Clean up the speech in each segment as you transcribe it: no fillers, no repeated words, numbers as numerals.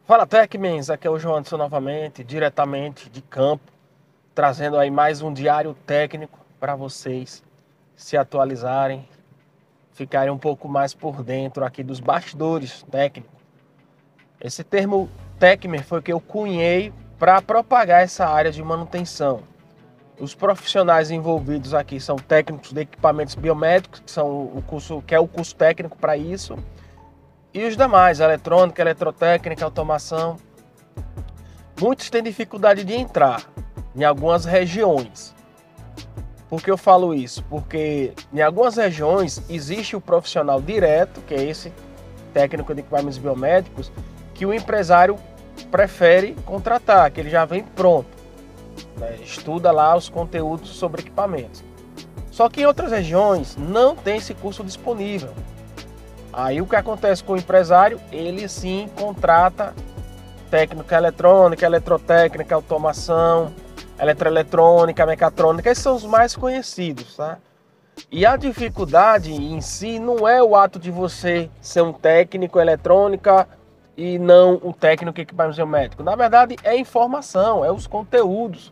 Fala Techmans, aqui é o Joanderson novamente, diretamente de campo, trazendo aí mais um diário técnico para vocês se atualizarem, ficarem um pouco mais por dentro aqui dos bastidores técnicos. Esse termo Techman foi o que eu cunhei para propagar essa área de manutenção. Os profissionais envolvidos aqui são técnicos de equipamentos biomédicos, que é o curso técnico para isso, e os demais, eletrônica, eletrotécnica, automação. Muitos têm dificuldade de entrar em algumas regiões. Por que eu falo isso? Porque em algumas regiões existe o profissional direto, que é esse técnico de equipamentos biomédicos, que o empresário prefere contratar, que ele já vem pronto, né? Estuda lá os conteúdos sobre equipamentos. Só que em outras regiões não tem esse curso disponível. Aí o que acontece com o empresário? Ele sim contrata técnica eletrônica, eletrotécnica, automação, eletroeletrônica, mecatrônica. Esses são os mais conhecidos, tá? E a dificuldade em si não é o ato de você ser um técnico eletrônica e não um técnico em equipamento biomédico. Na verdade, é informação, é os conteúdos.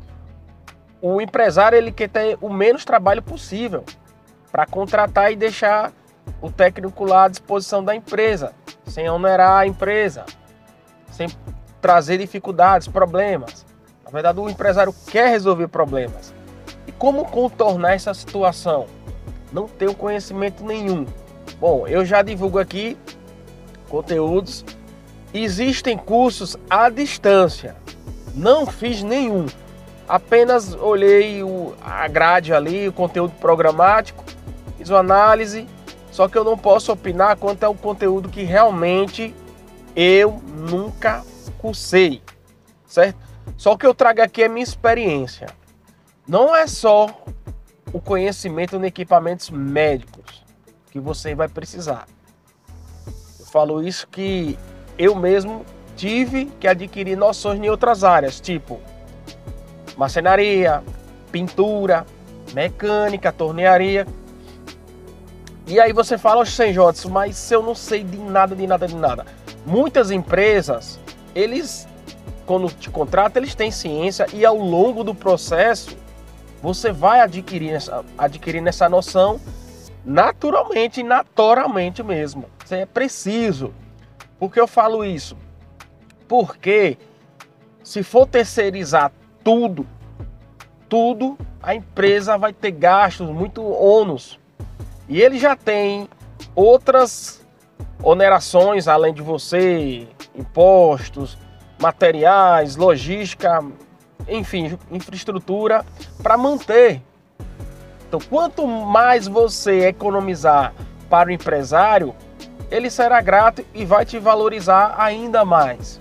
O empresário ele quer ter o menos trabalho possível para contratar e deixar o técnico lá à disposição da empresa, sem onerar a empresa, sem trazer dificuldades, problemas. Na verdade, o empresário quer resolver problemas. E como contornar essa situação? Não tenho conhecimento nenhum. Bom, eu já divulgo aqui conteúdos. Existem cursos à distância. Não fiz nenhum. Apenas olhei a grade ali, o conteúdo programático, fiz uma análise. Só que eu não posso opinar quanto ao conteúdo que realmente eu nunca cursei, certo? Só o que eu trago aqui é minha experiência. Não é só o conhecimento em equipamentos médicos que você vai precisar. Eu falo isso que eu mesmo tive que adquirir noções em outras áreas, tipo marcenaria, pintura, mecânica, tornearia. E aí você fala, Oxe, Jodson, mas se eu não sei de nada. Muitas empresas, eles, quando te contratam, eles têm ciência e ao longo do processo, você vai adquirindo essa noção naturalmente, naturalmente mesmo. Isso é preciso. Por que eu falo isso? Porque se for terceirizar tudo, a empresa vai ter gastos, muito ônus. E ele já tem outras onerações, além de você, impostos, materiais, logística, enfim, infraestrutura para manter. Então, quanto mais você economizar para o empresário, ele será grato e vai te valorizar ainda mais.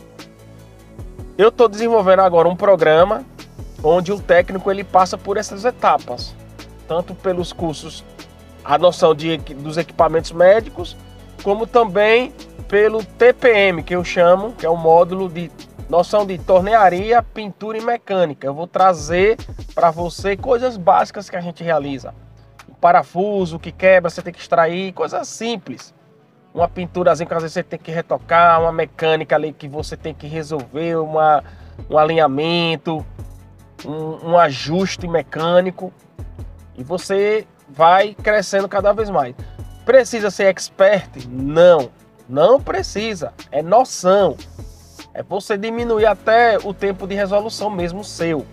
Eu estou desenvolvendo agora um programa onde o técnico ele passa por essas etapas, tanto pelos cursos a noção dos equipamentos médicos, como também pelo TPM, que eu chamo, que é o módulo de noção de tornearia, pintura e mecânica. Eu vou trazer para você coisas básicas que a gente realiza. Um parafuso que quebra, você tem que extrair, coisas simples. Uma pinturazinha que às vezes você tem que retocar, uma mecânica ali que você tem que resolver, um alinhamento, um ajuste mecânico. E você vai crescendo cada vez mais. Precisa ser expert? Não, não precisa. É noção. É você diminuir até o tempo de resolução mesmo seu.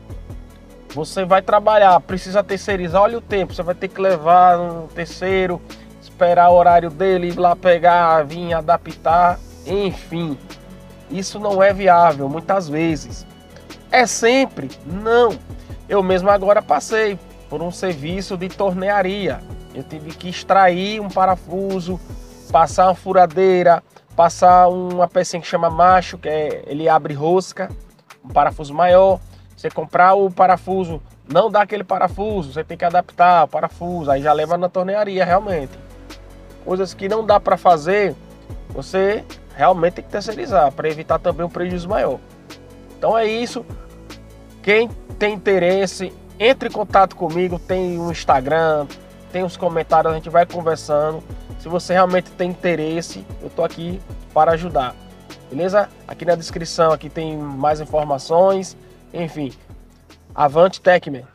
Você vai trabalhar, precisa terceirizar, olha o tempo. Você vai ter que levar um terceiro, esperar o horário dele, ir lá pegar, vir adaptar. Enfim, isso não é viável muitas vezes. É sempre? Não. Eu mesmo agora passei por um serviço de tornearia. Eu tive que extrair um parafuso, passar uma furadeira, passar uma pecinha que chama macho, ele abre rosca, um parafuso maior. Você comprar o parafuso, não dá aquele parafuso, você tem que adaptar o parafuso, aí já leva na tornearia realmente. Coisas que não dá para fazer, você realmente tem que terceirizar, para evitar também um prejuízo maior. Então é isso. Quem tem interesse, entre em contato comigo, tem um Instagram, tem os comentários, a gente vai conversando. Se você realmente tem interesse, eu estou aqui para ajudar. beleza? Aqui na descrição aqui tem mais informações, enfim. Avante, Techman!